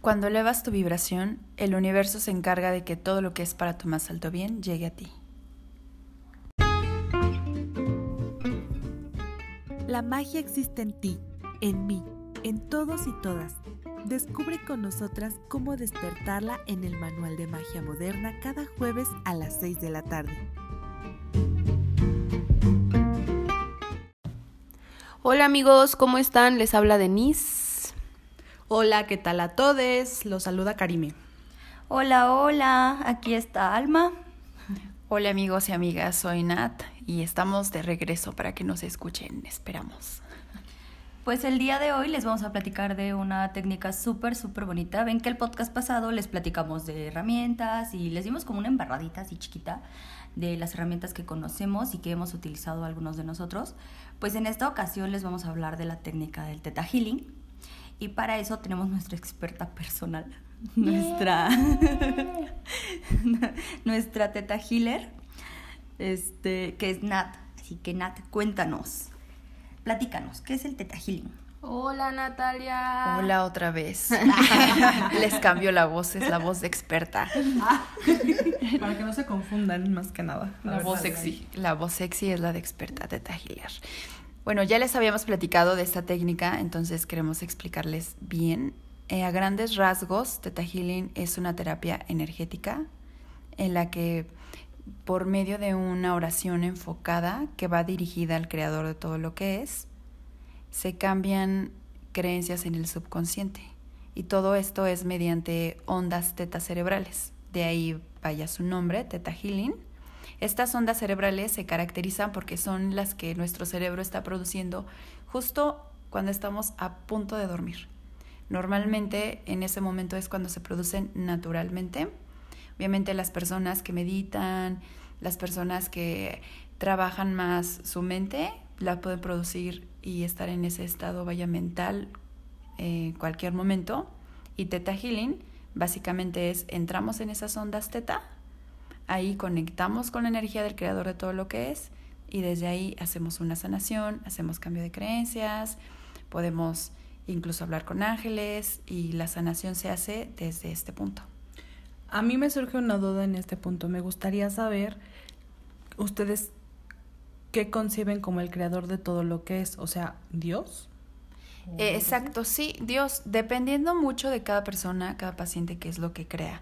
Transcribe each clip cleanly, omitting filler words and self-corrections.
Cuando elevas tu vibración, el universo se encarga de que todo lo que es para tu más alto bien llegue a ti. La magia existe en ti, en mí, en todos y todas. Descubre con nosotras cómo despertarla en el Manual de Magia Moderna cada jueves a las 6 de la tarde. Hola amigos, ¿cómo están? Les habla Denise. Hola, ¿qué tal a todos? Los saluda Karime. Hola, aquí está Alma. Hola amigos y amigas, soy Nat y estamos de regreso para que nos escuchen, esperamos. Pues el día de hoy les vamos a platicar de una técnica súper bonita. Ven que el podcast pasado les platicamos de herramientas y les dimos como una embarradita así chiquita de las herramientas que conocemos y que hemos utilizado algunos de nosotros. Pues en esta ocasión les vamos a hablar de la técnica del Theta Healing y para eso tenemos nuestra experta personal, nuestra Theta Healer, que es Nat. Así que Nat, cuéntanos. Platícanos, ¿qué es el Theta Healing? Hola Natalia. Hola otra vez. Les cambio la voz, es la voz de experta. Para que no se confundan, más que nada. La voz sexy. La voz sexy es la de experta, Theta Healer. Bueno, ya les habíamos platicado de esta técnica, entonces queremos explicarles bien. A grandes rasgos, Theta Healing es una terapia energética en la que por medio de una oración enfocada que va dirigida al creador de todo lo que es, se cambian creencias en el subconsciente. Y todo esto es mediante ondas teta cerebrales. De ahí vaya su nombre, Theta Healing. Estas ondas cerebrales se caracterizan porque son las que nuestro cerebro está produciendo justo cuando estamos a punto de dormir. Normalmente en ese momento es cuando se producen naturalmente. Obviamente las personas que meditan, las personas que trabajan más su mente, la pueden producir y estar en ese estado mental en cualquier momento. Y Theta Healing básicamente es, entramos en esas ondas teta, ahí conectamos con la energía del creador de todo lo que es y desde ahí hacemos una sanación, hacemos cambio de creencias, podemos incluso hablar con ángeles y la sanación se hace desde este punto. A mí me surge una duda en este punto. Me gustaría saber, ustedes, ¿qué conciben como el creador de todo lo que es? O sea, ¿Dios? Exacto, sí, Dios, dependiendo mucho de cada persona, cada paciente, qué es lo que crea.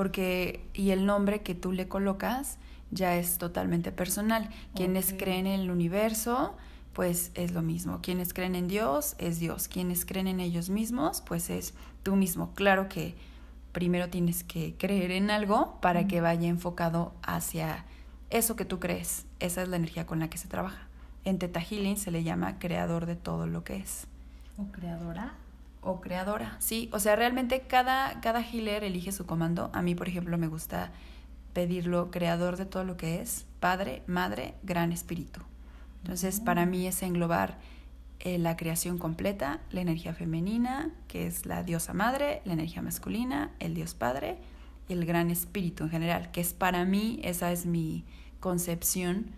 Y el nombre que tú le colocas ya es totalmente personal. Quienes creen en el universo, pues es lo mismo. Quienes creen en Dios, es Dios. Quienes creen en ellos mismos, pues es tú mismo. Claro que primero tienes que creer en algo para que vaya enfocado hacia eso que tú crees. Esa es la energía con la que se trabaja. En Theta Healing se le llama creador de todo lo que es. ¿O creadora? O creadora, sí. O sea, realmente cada healer elige su comando. A mí, por ejemplo, me gusta pedirlo creador de todo lo que es, Padre, Madre, Gran Espíritu. Entonces, para mí es englobar la creación completa, la energía femenina, que es la diosa madre, la energía masculina, el dios padre y el gran espíritu en general, que es para mí, esa es mi concepción,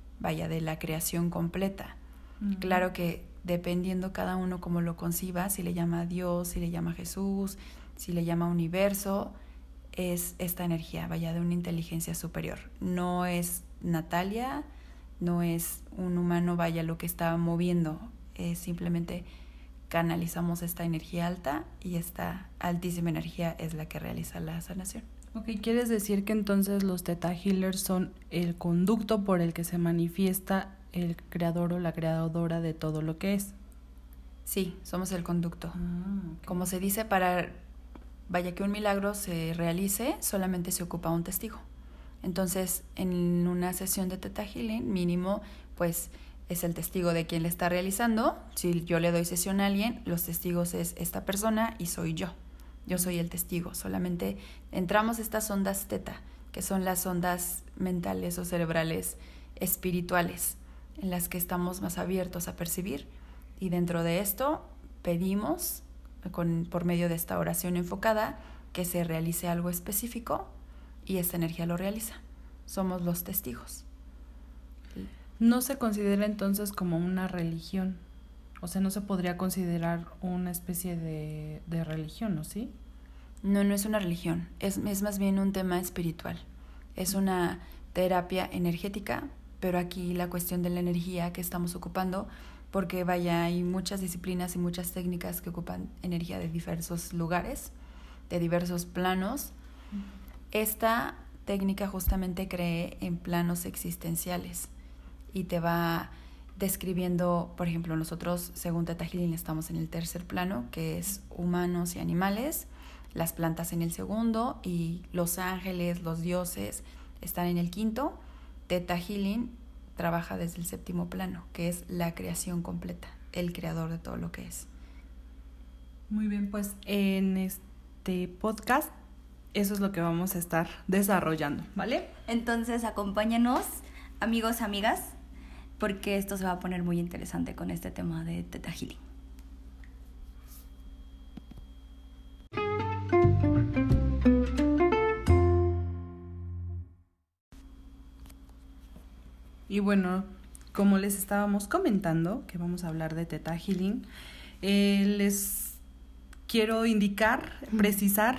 de la creación completa. Claro que dependiendo cada uno cómo lo conciba, si le llama Dios, si le llama Jesús, si le llama universo, es esta energía, de una inteligencia superior. No es Natalia, no es un humano, lo que está moviendo. Simplemente canalizamos esta energía alta y esta altísima energía es la que realiza la sanación. Ok, ¿quieres decir que entonces los Theta Healers son el conducto por el que se manifiesta el creador o la creadora de todo lo que es? Sí, somos el conducto. Okay. Como se dice, para que un milagro se realice, solamente se ocupa un testigo. Entonces, en una sesión de Theta Healing, mínimo, pues es el testigo de quien le está realizando. Si yo le doy sesión a alguien, los testigos es esta persona y soy yo. Yo soy el testigo. Solamente entramos estas ondas teta, que son las ondas mentales o cerebrales espirituales, en las que estamos más abiertos a percibir. Y dentro de esto pedimos, por medio de esta oración enfocada, que se realice algo específico y esta energía lo realiza. Somos los testigos. No se considera entonces como una religión. O sea, no se podría considerar una especie de religión, ¿o sí? No, no es una religión, es más bien un tema espiritual. Es una terapia energética, pero aquí la cuestión de la energía que estamos ocupando, porque vaya, hay muchas disciplinas y muchas técnicas que ocupan energía de diversos lugares, de diversos planos. Esta técnica justamente cree en planos existenciales y te va describiendo, por ejemplo, nosotros según Theta Healing estamos en el tercer plano, que es humanos y animales, las plantas en el segundo y los ángeles, los dioses están en el quinto. Theta Healing trabaja desde el séptimo plano, que es la creación completa, el creador de todo lo que es. Muy bien, pues en este podcast eso es lo que vamos a estar desarrollando, ¿vale? Entonces acompáñanos, amigos, amigas, porque esto se va a poner muy interesante con este tema de Theta Healing. Y bueno, como les estábamos comentando, que vamos a hablar de Theta Healing, les quiero indicar, precisar,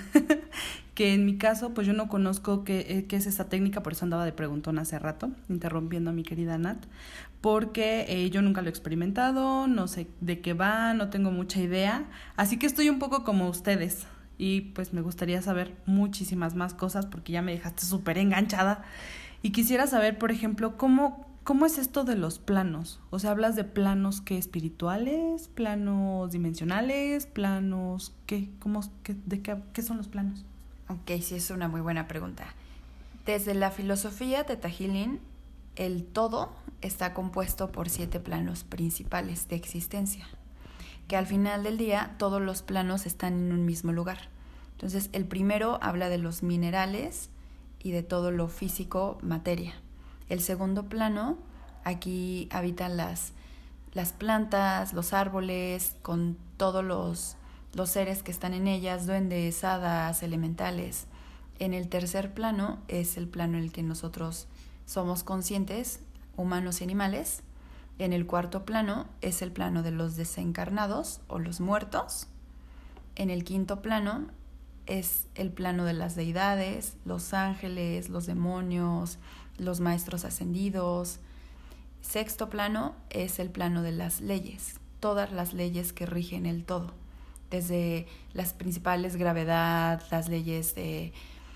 que en mi caso, pues yo no conozco qué es esta técnica, por eso andaba de preguntón hace rato, interrumpiendo a mi querida Nat, porque yo nunca lo he experimentado, no sé de qué va, no tengo mucha idea, así que estoy un poco como ustedes, y pues me gustaría saber muchísimas más cosas, porque ya me dejaste súper enganchada, y quisiera saber, por ejemplo, ¿cómo es esto de los planos? O sea, ¿hablas de planos qué, espirituales, planos dimensionales, planos qué? ¿Qué son los planos? Ok, sí, es una muy buena pregunta. Desde la filosofía Theta Healing, el todo está compuesto por 7 planos principales de existencia, que al final del día todos los planos están en un mismo lugar. Entonces, el primero habla de los minerales y de todo lo físico, materia. El segundo plano, aquí habitan las plantas, los árboles, con todos los seres que están en ellas, duendes, hadas, elementales. En el tercer plano es el plano en el que nosotros somos conscientes, humanos y animales. En el cuarto plano es el plano de los desencarnados o los muertos. En el quinto plano es el plano de las deidades, los ángeles, los demonios, los maestros ascendidos. Sexto plano es el plano de las leyes, todas las leyes que rigen el todo, desde las principales, gravedad, las leyes de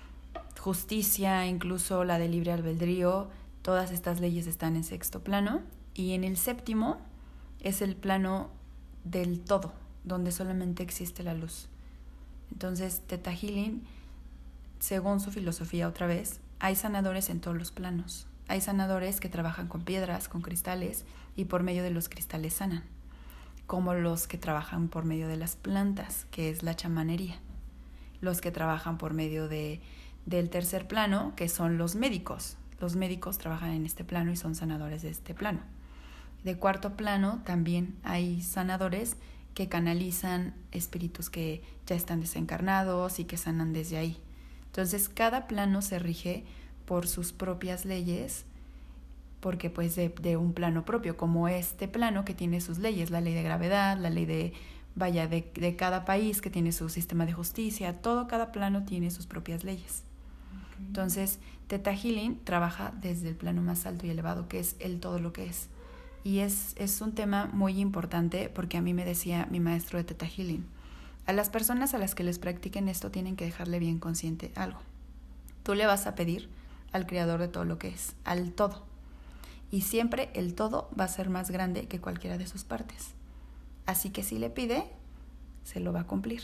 justicia, incluso la de libre albedrío, todas estas leyes están en sexto plano. Y en el séptimo es el plano del todo, donde solamente existe la luz. Entonces, Theta Healing, según su filosofía otra vez, hay sanadores en todos los planos. Hay sanadores que trabajan con piedras, con cristales, y por medio de los cristales sanan, como los que trabajan por medio de las plantas, que es la chamanería. Los que trabajan por medio del tercer plano, que son los médicos. Los médicos trabajan en este plano y son sanadores de este plano. De cuarto plano también hay sanadores que canalizan espíritus que ya están desencarnados y que sanan desde ahí. Entonces, cada plano se rige por sus propias leyes, porque pues de un plano propio, como este plano que tiene sus leyes, la ley de gravedad, la ley de cada país que tiene su sistema de justicia, cada plano tiene sus propias leyes. Okay. Entonces, Theta Healing trabaja desde el plano más alto y elevado, que es el todo lo que es. Y es un tema muy importante, porque a mí me decía mi maestro de Theta Healing, a las personas a las que les practiquen esto tienen que dejarle bien consciente algo. Tú le vas a pedir al creador de todo lo que es, al todo. Y siempre el todo va a ser más grande que cualquiera de sus partes. Así que si le pide, se lo va a cumplir.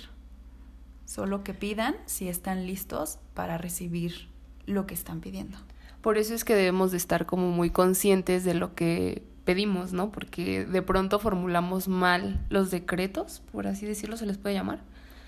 Solo que pidan si están listos para recibir lo que están pidiendo. Por eso es que debemos de estar como muy conscientes de lo que pedimos, ¿no? Porque de pronto formulamos mal los decretos, por así decirlo, se les puede llamar,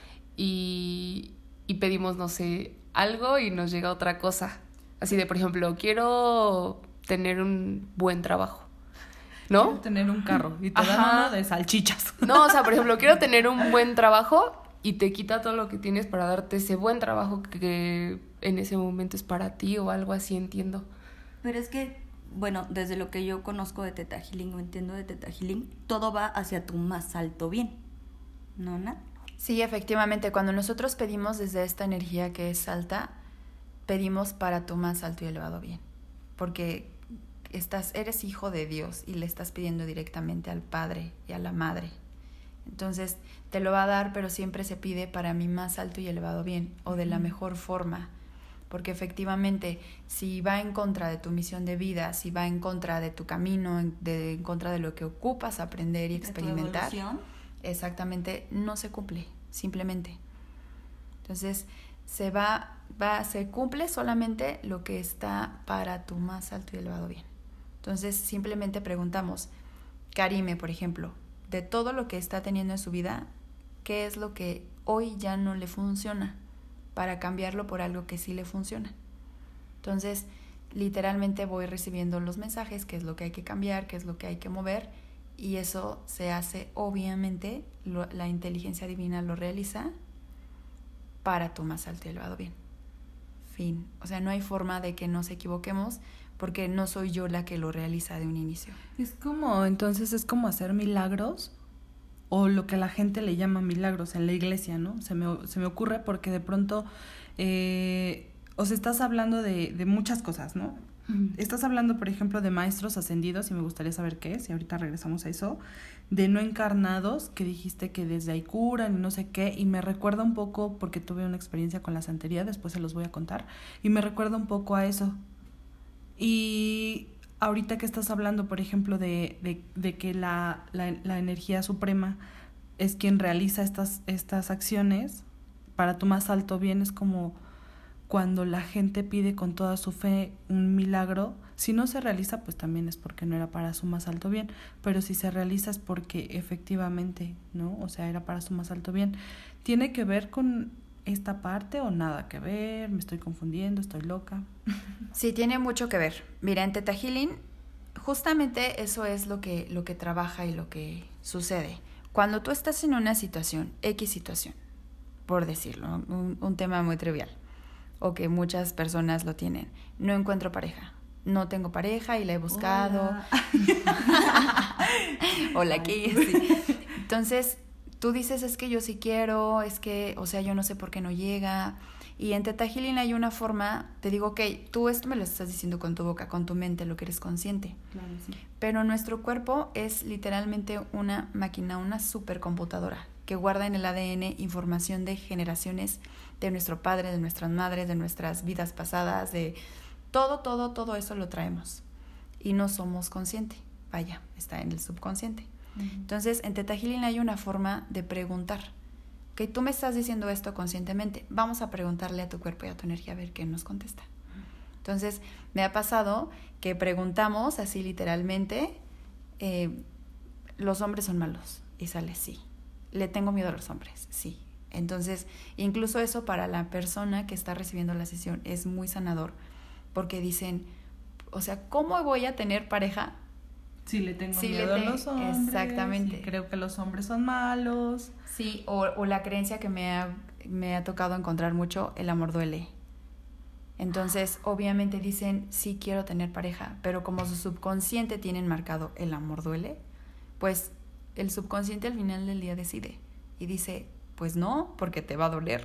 y pedimos, no sé, algo y nos llega otra cosa. Así de, por ejemplo, quiero tener un buen trabajo, ¿no? Quiero tener un carro y te dan uno de salchichas. No, o sea, por ejemplo, quiero tener un buen trabajo y te quita todo lo que tienes para darte ese buen trabajo que en ese momento es para ti o algo así, entiendo. Pero es que, bueno, desde lo que yo conozco de Theta Healing o entiendo de Theta Healing, todo va hacia tu más alto bien, ¿no, Nat? Sí, efectivamente, cuando nosotros pedimos desde esta energía que es alta, pedimos para tu más alto y elevado bien, porque eres hijo de Dios y le estás pidiendo directamente al Padre y a la Madre. Entonces te lo va a dar, pero siempre se pide para mi más alto y elevado bien, o de la mejor forma, porque efectivamente si va en contra de tu misión de vida, si va en contra de tu camino, en contra de lo que ocupas aprender y experimentar, ¿De tu evolución? exactamente, no se cumple, simplemente. Entonces se cumple solamente lo que está para tu más alto y elevado bien. Entonces simplemente preguntamos, Karime, por ejemplo, de todo lo que está teniendo en su vida, ¿qué es lo que hoy ya no le funciona? Para cambiarlo por algo que sí le funciona. Entonces, literalmente voy recibiendo los mensajes, qué es lo que hay que cambiar, qué es lo que hay que mover, y eso se hace, obviamente, la inteligencia divina lo realiza para tu más alto y elevado bien. Fin. O sea, no hay forma de que nos equivoquemos, porque no soy yo la que lo realiza de un inicio. Entonces es como hacer milagros, o lo que la gente le llama milagros en la iglesia, ¿no? Se me ocurre porque de pronto, o sea, estás hablando de muchas cosas, ¿no? Estás hablando, por ejemplo, de maestros ascendidos, y me gustaría saber qué es, y ahorita regresamos a eso, de no encarnados, que dijiste que desde ahí curan y no sé qué, y me recuerda un poco, porque tuve una experiencia con la santería, después se los voy a contar, y me recuerda un poco a eso. Y ahorita que estás hablando, por ejemplo, de que la energía suprema es quien realiza estas acciones para tu más alto bien, es como cuando la gente pide con toda su fe un milagro. Si no se realiza, pues también es porque no era para su más alto bien, pero si se realiza es porque efectivamente, ¿no? O sea, era para su más alto bien. ¿Tiene que ver con esta parte o nada que ver? ¿Me estoy confundiendo? ¿Estoy loca? Sí, tiene mucho que ver. Mira, en Theta Healing, justamente eso es lo que trabaja y lo que sucede. Cuando tú estás en una situación, X situación, por decirlo, un tema muy trivial, o que muchas personas lo tienen, no encuentro pareja, no tengo pareja y la he buscado. Hola, aquí. Sí. Entonces, tú dices, es que yo sí quiero, es que, o sea, yo no sé por qué no llega. Y en Theta Healing hay una forma, te digo, ok, tú esto me lo estás diciendo con tu boca, con tu mente, lo que eres consciente. Claro, sí. Pero nuestro cuerpo es literalmente una máquina, una supercomputadora que guarda en el ADN información de generaciones de nuestro padre, de nuestras madres, de nuestras vidas pasadas, de todo eso lo traemos. Y no somos conscientes. Vaya, está en el subconsciente. Entonces, en Theta Healing hay una forma de preguntar. Que tú me estás diciendo esto conscientemente. Vamos a preguntarle a tu cuerpo y a tu energía a ver qué nos contesta. Entonces, me ha pasado que preguntamos así literalmente, ¿los hombres son malos? Y sale sí. ¿Le tengo miedo a los hombres? Sí. Entonces, incluso eso para la persona que está recibiendo la sesión es muy sanador, porque dicen, o sea, ¿cómo voy a tener pareja? Sí, le tengo miedo a los hombres. Exactamente. Sí, creo que los hombres son malos. Sí, o la creencia que me ha tocado encontrar mucho, el amor duele. Entonces, obviamente dicen, sí quiero tener pareja, pero como su subconsciente tienen marcado el amor duele, pues el subconsciente al final del día decide y dice, pues no, porque te va a doler.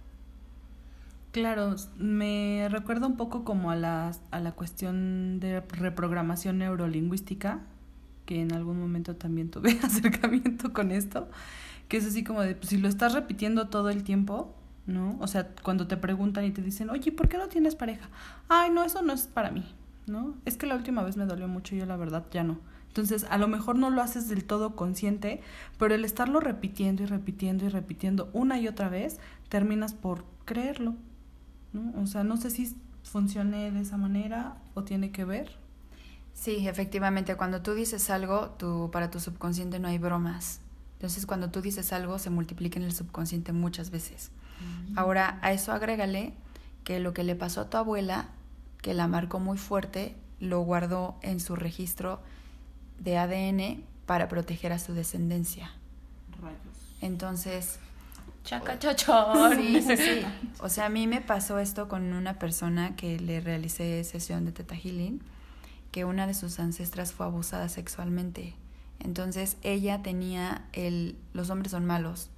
Claro, me recuerda un poco como a la cuestión de reprogramación neurolingüística, que en algún momento también tuve acercamiento con esto, que es así como de, pues, si lo estás repitiendo todo el tiempo, ¿no? O sea, cuando te preguntan y te dicen, oye, ¿por qué no tienes pareja? Ay, no, eso no es para mí, ¿no? Es que la última vez me dolió mucho y yo la verdad ya no. Entonces, a lo mejor no lo haces del todo consciente, pero el estarlo repitiendo y repitiendo y repitiendo una y otra vez, terminas por creerlo, ¿no? O sea, no sé si funcione de esa manera o tiene que ver. Sí, efectivamente, cuando tú dices algo, para tu subconsciente no hay bromas. Entonces, cuando tú dices algo, se multiplica en el subconsciente muchas veces. Ahora, a eso agrégale que lo que le pasó a tu abuela, que la marcó muy fuerte, lo guardó en su registro de ADN para proteger a su descendencia. Rayos. Entonces, Chaca-chachón. sí. O sea, a mí me pasó esto con una persona que le realicé sesión de Theta Healing, que una de sus ancestras fue abusada sexualmente. Entonces, ella tenía los hombres son malos,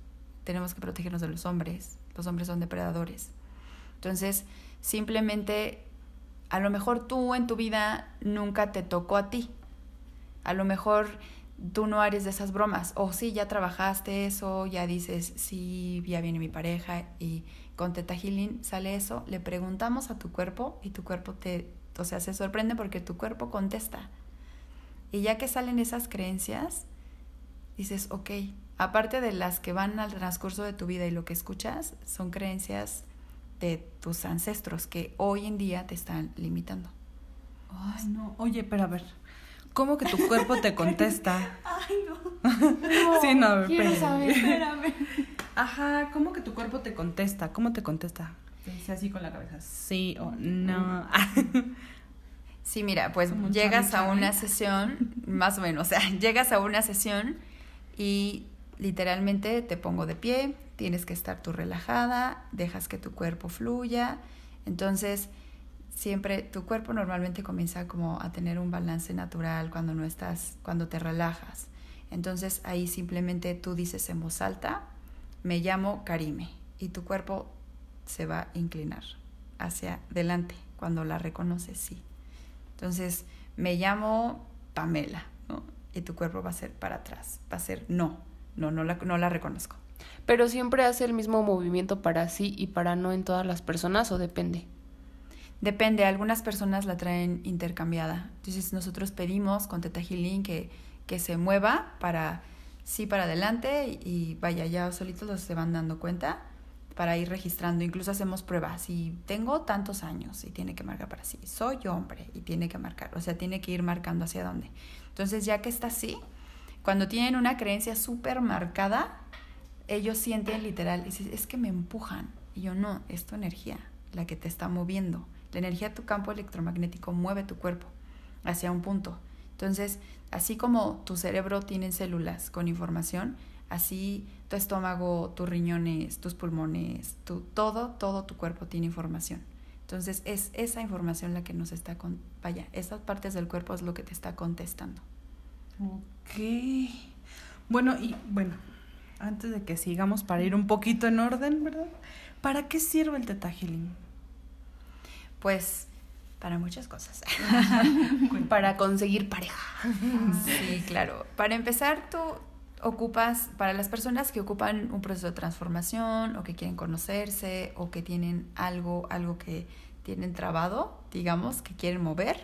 tenemos que protegernos de los hombres son depredadores. Entonces, simplemente, a lo mejor tú en tu vida nunca te tocó a ti. A lo mejor tú no eres de esas bromas. O sí, ya trabajaste eso, ya dices, sí, ya viene mi pareja. Y con Theta Healing sale eso. Le preguntamos a tu cuerpo y tu cuerpo se sorprende porque tu cuerpo contesta. Y ya que salen esas creencias, dices, ok, aparte de las que van al transcurso de tu vida y lo que escuchas, son creencias de tus ancestros que hoy en día te están limitando. Ay, no. Oye, pero a ver, ¿cómo que tu cuerpo te contesta? Ay, no. Sí, no, a ver, quiero saber. Espérame. Ajá, ¿cómo que tu cuerpo te contesta? ¿Cómo te contesta? Te dice así con la cabeza, sí o no. Sí, mira, pues Como un llegas Charlie a una Charlie. sesión, más o menos, o sea, llegas a una sesión y literalmente te pongo de pie, tienes que estar tú relajada, dejas que tu cuerpo fluya, entonces siempre tu cuerpo normalmente comienza como a tener un balance natural cuando te relajas. Entonces ahí simplemente tú dices en voz alta, me llamo Karime, y tu cuerpo se va a inclinar hacia adelante cuando la reconoces, sí. Entonces, me llamo Pamela, ¿no? Y tu cuerpo va a ser para atrás, va a ser no la reconozco. Pero siempre hace el mismo movimiento para sí y para no en todas las personas, ¿o depende? Depende, algunas personas la traen intercambiada. Entonces, nosotros pedimos con Theta Healing que se mueva para adelante y vaya, ya solitos se van dando cuenta para ir registrando. Incluso hacemos pruebas. Si tengo tantos años y tiene que marcar para sí, soy hombre y tiene que marcar, o sea, tiene que ir marcando hacia dónde. Entonces, ya que está así, cuando tienen una creencia súper marcada, ellos sienten literal, es que me empujan. Y yo, no, es tu energía la que te está moviendo. La energía de tu campo electromagnético mueve tu cuerpo hacia un punto. Entonces, así como tu cerebro tiene células con información, así tu estómago, tus riñones, tus pulmones, todo tu cuerpo tiene información. Entonces, es esa información la que nos está esas partes del cuerpo es lo que te está contestando. Ok. Bueno, antes de que sigamos, para ir un poquito en orden, ¿verdad? ¿Para qué sirve el Theta Healing? Pues, para muchas cosas. Para conseguir pareja. Sí, claro. Para empezar, tú ocupas, para las personas que ocupan un proceso de transformación o que quieren conocerse o que tienen algo que tienen trabado, digamos, que quieren mover,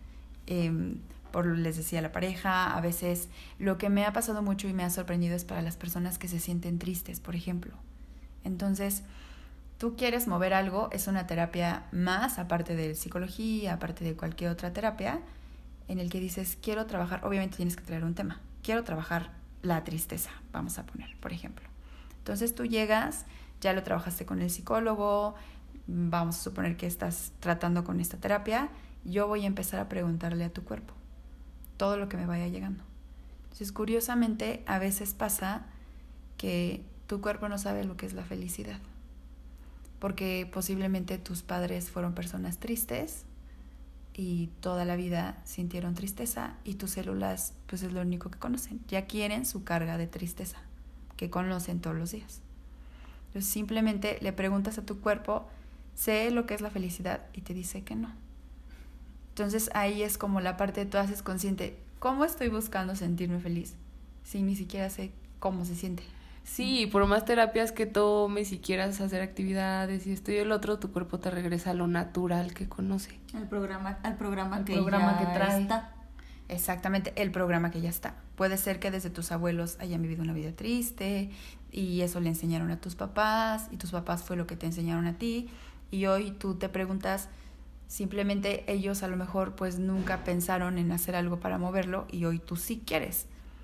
les decía la pareja, a veces lo que me ha pasado mucho y me ha sorprendido es para las personas que se sienten tristes, por ejemplo. Entonces, tú quieres mover algo, es una terapia más, aparte de psicología, aparte de cualquier otra terapia, en el que dices, quiero trabajar, obviamente tienes que traer un tema, quiero trabajar la tristeza, vamos a poner, por ejemplo. Entonces tú llegas, ya lo trabajaste con el psicólogo, vamos a suponer que estás tratando con esta terapia, yo voy a empezar a preguntarle a tu cuerpo todo lo que me vaya llegando. Entonces, curiosamente, a veces pasa que tu cuerpo no sabe lo que es la felicidad, porque posiblemente tus padres fueron personas tristes y toda la vida sintieron tristeza y tus células pues es lo único que conocen, ya quieren su carga de tristeza que conocen todos los días. Entonces simplemente le preguntas a tu cuerpo, sé lo que es la felicidad, y te dice que no. Entonces ahí es como la parte de tú haces consciente, ¿cómo estoy buscando sentirme feliz? Si ni siquiera sé cómo se siente. Sí, por más terapias que tomes y quieras hacer actividades y esto y el otro, tu cuerpo te regresa a lo natural que conoce. Al programa que ya trae. está. Exactamente, el programa que ya está. Puede ser que desde tus abuelos hayan vivido una vida triste y eso le enseñaron a tus papás y tus papás fue lo que te enseñaron a ti y hoy tú te preguntas, simplemente ellos a lo mejor pues nunca pensaron en hacer algo para moverlo y hoy tú sí quieres.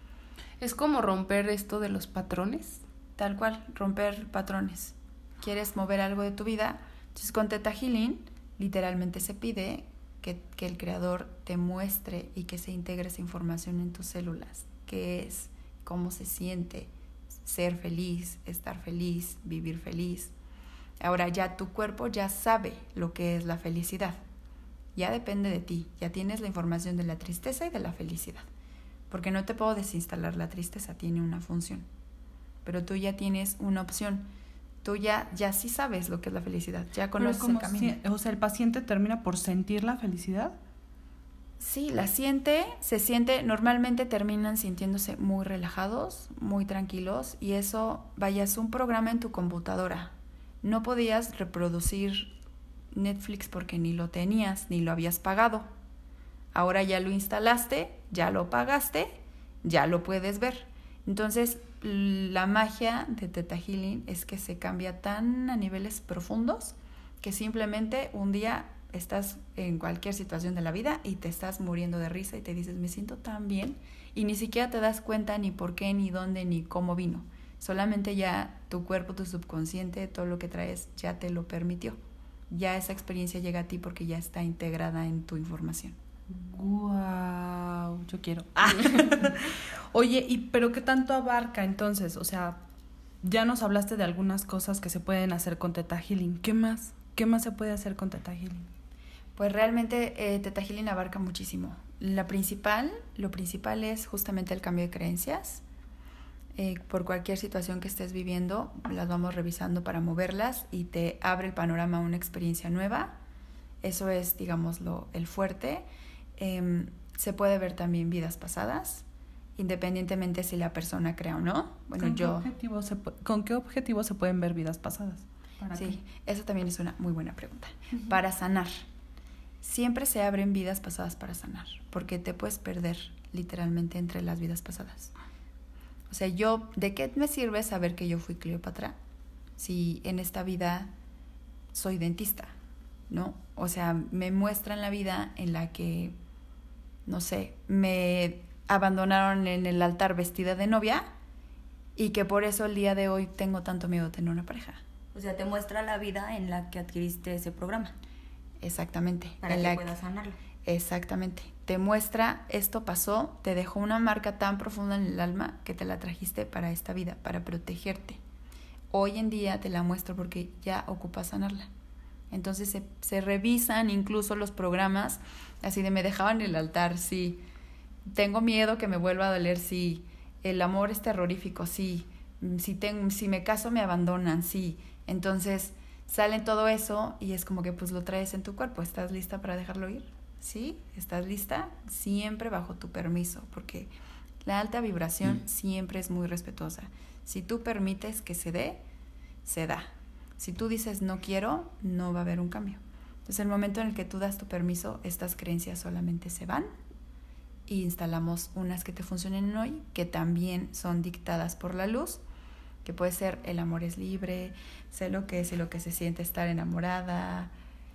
Es como romper esto de los patrones. Tal cual, romper patrones. ¿Quieres mover algo de tu vida? Entonces con Theta Healing literalmente se pide que el creador te muestre y que se integre esa información en tus células. ¿Qué es? ¿Cómo se siente? Ser feliz, estar feliz, vivir feliz. Ahora ya tu cuerpo ya sabe lo que es la felicidad. Ya depende de ti. Ya tienes la información de la tristeza y de la felicidad. Porque no te puedo desinstalar la tristeza, tiene una función. pero tú ya tienes una opción. Tú ya sí sabes lo que es la felicidad, ya conoces Pero el camino. o sea, el paciente termina por sentir la felicidad. Sí, se siente, normalmente terminan sintiéndose muy relajados, muy tranquilos, y eso, vaya, es un programa en tu computadora. No podías reproducir Netflix porque ni lo tenías, ni lo habías pagado. Ahora ya lo instalaste, ya lo pagaste, ya lo puedes ver. Entonces, la magia de Theta Healing es que se cambia tan a niveles profundos que simplemente un día estás en cualquier situación de la vida y te estás muriendo de risa y te dices, me siento tan bien, y ni siquiera te das cuenta ni por qué, ni dónde, ni cómo vino. Solamente ya tu cuerpo, tu subconsciente, todo lo que traes ya te lo permitió. Ya esa experiencia llega a ti porque ya está integrada en tu información. Guau, yo quiero. Oye, pero qué tanto abarca entonces? O sea, ya nos hablaste de algunas cosas que se pueden hacer con Theta Healing. ¿Qué más? ¿Qué más se puede hacer con Theta Healing? Pues realmente Theta Healing abarca muchísimo. Lo principal es justamente el cambio de creencias. Por cualquier situación que estés viviendo, las vamos revisando para moverlas y te abre el panorama a una experiencia nueva. Eso es, digámoslo, el fuerte. Se puede ver también vidas pasadas, independientemente si la persona crea o no. Bueno, ¿Con qué objetivo se pueden ver vidas pasadas? Sí, eso también es una muy buena pregunta. Uh-huh. Para sanar. Siempre se abren vidas pasadas para sanar, porque te puedes perder literalmente entre las vidas pasadas. O sea, ¿de qué me sirve saber que yo fui Cleopatra si en esta vida soy dentista? ¿No? O sea, me muestran la vida en la que, no sé, me abandonaron en el altar vestida de novia y que por eso el día de hoy tengo tanto miedo de tener una pareja. O sea, te muestra la vida en la que adquiriste ese programa. Exactamente. Para que puedas sanarlo. Exactamente. Te muestra, esto pasó, te dejó una marca tan profunda en el alma que te la trajiste para esta vida, para protegerte. Hoy en día te la muestro porque ya ocupas sanarla. Entonces se revisan incluso los programas, así de me dejaban en el altar, sí. Tengo miedo que me vuelva a doler, sí. El amor es terrorífico, sí. Si me caso me abandonan, sí. Entonces salen todo eso y es como que pues lo traes en tu cuerpo. ¿Estás lista para dejarlo ir? ¿Sí? ¿Estás lista? Siempre bajo tu permiso, porque la alta vibración siempre es muy respetuosa. Si tú permites que se dé, se da. Si tú dices no quiero, no va a haber un cambio. Entonces, el momento en el que tú das tu permiso, estas creencias solamente se van y instalamos unas que te funcionen hoy, que también son dictadas por la luz, que puede ser el amor es libre, sé lo que es y lo que se siente estar enamorada,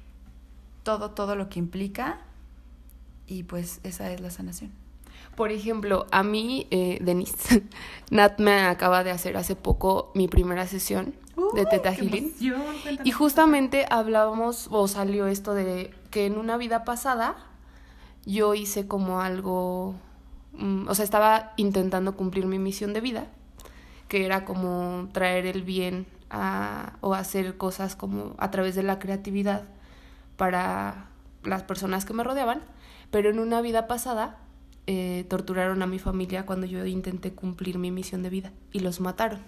todo lo que implica, y pues esa es la sanación. Por ejemplo, a mí, Denise, Nat me acaba de hacer hace poco mi primera sesión de Theta Healing. Y justamente hablábamos, o salió esto de que en una vida pasada yo hice como algo, o sea, estaba intentando cumplir mi misión de vida, que era como traer el bien o hacer cosas como a través de la creatividad para las personas que me rodeaban, pero en una vida pasada torturaron a mi familia cuando yo intenté cumplir mi misión de vida y los mataron.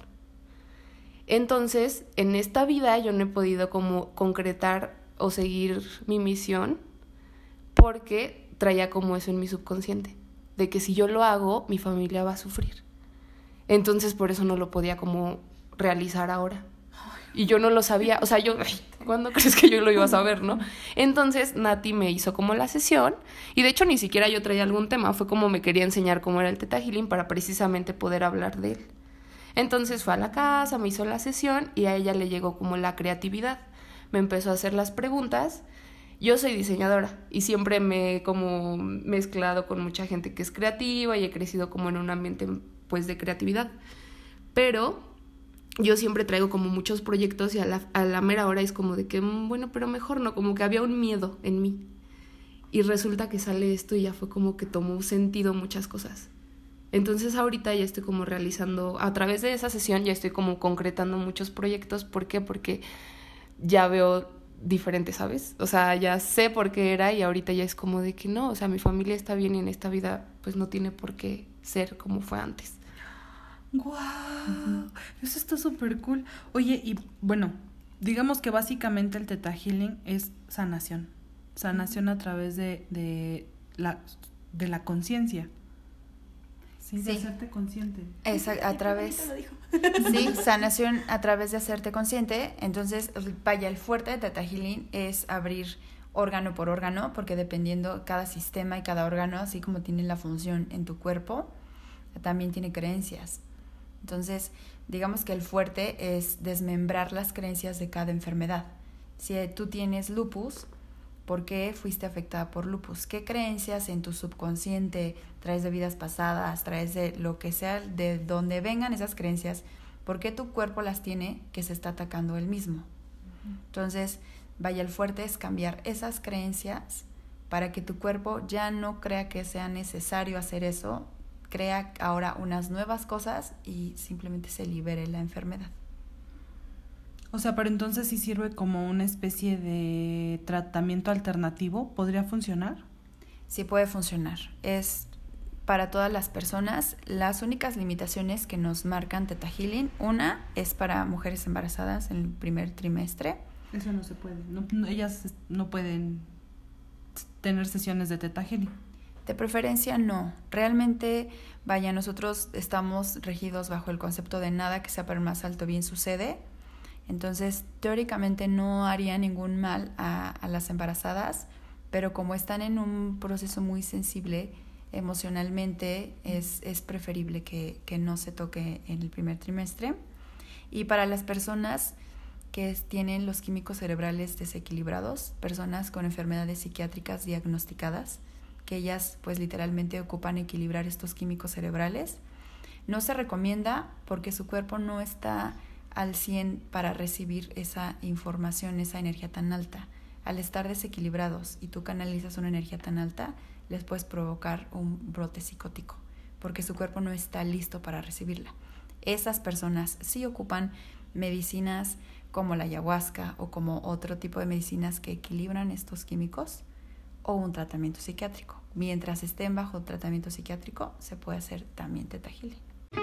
Entonces, en esta vida yo no he podido como concretar o seguir mi misión porque traía como eso en mi subconsciente, de que si yo lo hago, mi familia va a sufrir. Entonces, por eso no lo podía como realizar ahora. Y yo no lo sabía, o sea, ¿cuándo crees que yo lo iba a saber, no? Entonces, Nati me hizo como la sesión, y de hecho ni siquiera yo traía algún tema, fue como me quería enseñar cómo era el Theta Healing para precisamente poder hablar de él. Entonces fue a la casa, me hizo la sesión y a ella le llegó como la creatividad. Me empezó a hacer las preguntas. Yo soy diseñadora y siempre me he como mezclado con mucha gente que es creativa y he crecido como en un ambiente pues de creatividad. Pero yo siempre traigo como muchos proyectos y a la mera hora es como de que, bueno, pero mejor no, como que había un miedo en mí. Y resulta que sale esto y ya fue como que tomó sentido muchas cosas. Entonces ahorita ya estoy como realizando, a través de esa sesión ya estoy como concretando muchos proyectos. ¿Por qué? Porque ya veo diferente, ¿sabes? O sea, ya sé por qué era y ahorita ya es como de que no, o sea, mi familia está bien y en esta vida pues no tiene por qué ser como fue antes. ¡Guau! Eso está súper cool. Oye, y bueno, digamos que básicamente el Theta Healing es sanación. Sanación a través de la conciencia. Sí, de Sí. hacerte consciente. A través... Sí, sanación a través de hacerte consciente. Entonces, vaya, el fuerte de Theta Healing es abrir órgano por órgano, porque dependiendo cada sistema y cada órgano, así como tiene la función en tu cuerpo, también tiene creencias. Entonces, digamos que el fuerte es desmembrar las creencias de cada enfermedad. Si tú tienes lupus, ¿por qué fuiste afectada por lupus? ¿Qué creencias en tu subconsciente traes de vidas pasadas, traes de lo que sea, de donde vengan esas creencias? ¿Por qué tu cuerpo las tiene que se está atacando él mismo? Entonces, vaya, el fuerte es cambiar esas creencias para que tu cuerpo ya no crea que sea necesario hacer eso, crea ahora unas nuevas cosas y simplemente se libere la enfermedad. O sea, pero entonces sí sirve como una especie de tratamiento alternativo. ¿Podría funcionar? Sí puede funcionar. Es para todas las personas. Las únicas limitaciones que nos marcan Theta Healing, una es para mujeres embarazadas en el primer trimestre. Eso no se puede. Ellas no pueden tener sesiones de Theta Healing. De preferencia no. Realmente, vaya, nosotros estamos regidos bajo el concepto de nada que sea para el más alto bien sucede. Entonces, teóricamente no haría ningún mal a las embarazadas, pero como están en un proceso muy sensible emocionalmente, es preferible que no se toque en el primer trimestre. Y para las personas que tienen los químicos cerebrales desequilibrados, personas con enfermedades psiquiátricas diagnosticadas, que ellas pues literalmente ocupan equilibrar estos químicos cerebrales, no se recomienda porque su cuerpo no está al 100 para recibir esa información, esa energía tan alta. Al estar desequilibrados y tú canalizas una energía tan alta, les puedes provocar un brote psicótico, porque su cuerpo no está listo para recibirla. Esas personas sí ocupan medicinas como la ayahuasca o como otro tipo de medicinas que equilibran estos químicos o un tratamiento psiquiátrico. Mientras estén bajo tratamiento psiquiátrico, se puede hacer también Theta Healing.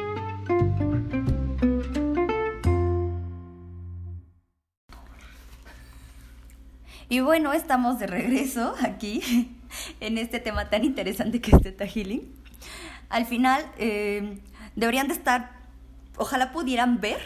Y bueno, estamos de regreso aquí en este tema tan interesante que es Theta Healing. Al final, deberían de estar, ojalá pudieran ver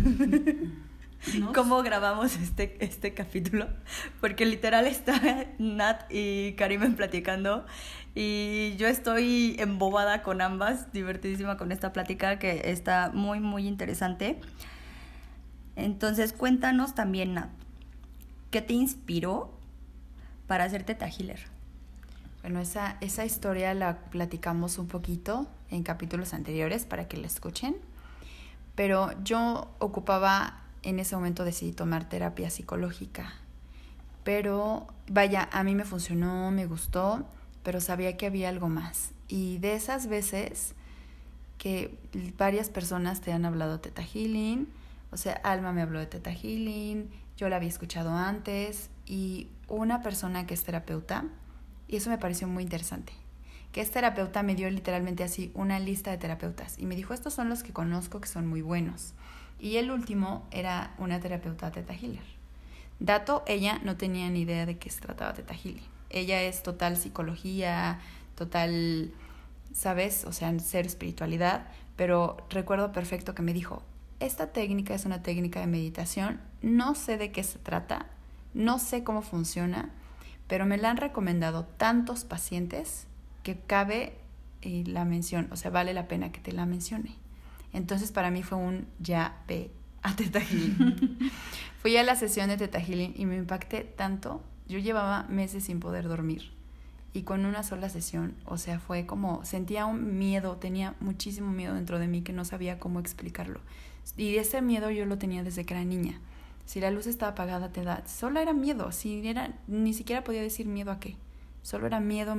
cómo grabamos este capítulo, porque literal está Nat y Karimen platicando y yo estoy embobada con ambas, divertidísima con esta plática que está muy, muy interesante. Entonces, cuéntanos también, Nat, ¿qué te inspiró para hacer Theta Healer? Bueno, esa historia la platicamos un poquito en capítulos anteriores para que la escuchen, pero yo ocupaba, en ese momento decidí tomar terapia psicológica, pero vaya, a mí me funcionó, me gustó, pero sabía que había algo más. Y de esas veces que varias personas te han hablado de Theta Healing, o sea, Alma me habló de Theta Healing, yo la había escuchado antes, y una persona que es terapeuta, y eso me pareció muy interesante, que es terapeuta, me dio literalmente así una lista de terapeutas, y me dijo, estos son los que conozco que son muy buenos. Y el último era una terapeuta Theta Healer. Dato, ella no tenía ni idea de qué se trataba Theta Healing. Ella es total psicología, total, ¿sabes? O sea, ser espiritualidad, pero recuerdo perfecto que me dijo, esta técnica es una técnica de meditación, no sé de qué se trata, no sé cómo funciona, pero me la han recomendado tantos pacientes que cabe la mención, o sea, vale la pena que te la mencione. Entonces para mí fue un ya ve a Theta Healing. Fui a la sesión de Theta Healing y me impacté tanto. Yo llevaba meses sin poder dormir y con una sola sesión, o sea, fue como, sentía un miedo, tenía muchísimo miedo dentro de mí que no sabía cómo explicarlo. Y ese miedo yo lo tenía desde que era niña. Si la luz estaba apagada te da, solo era miedo, ni siquiera podía decir miedo a qué. Solo era miedo.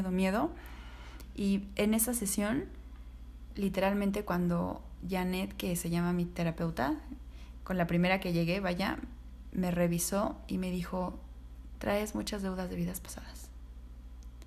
Y en esa sesión, literalmente cuando Janet, que se llama mi terapeuta, con la primera que llegué, vaya, me revisó y me dijo, traes muchas deudas de vidas pasadas.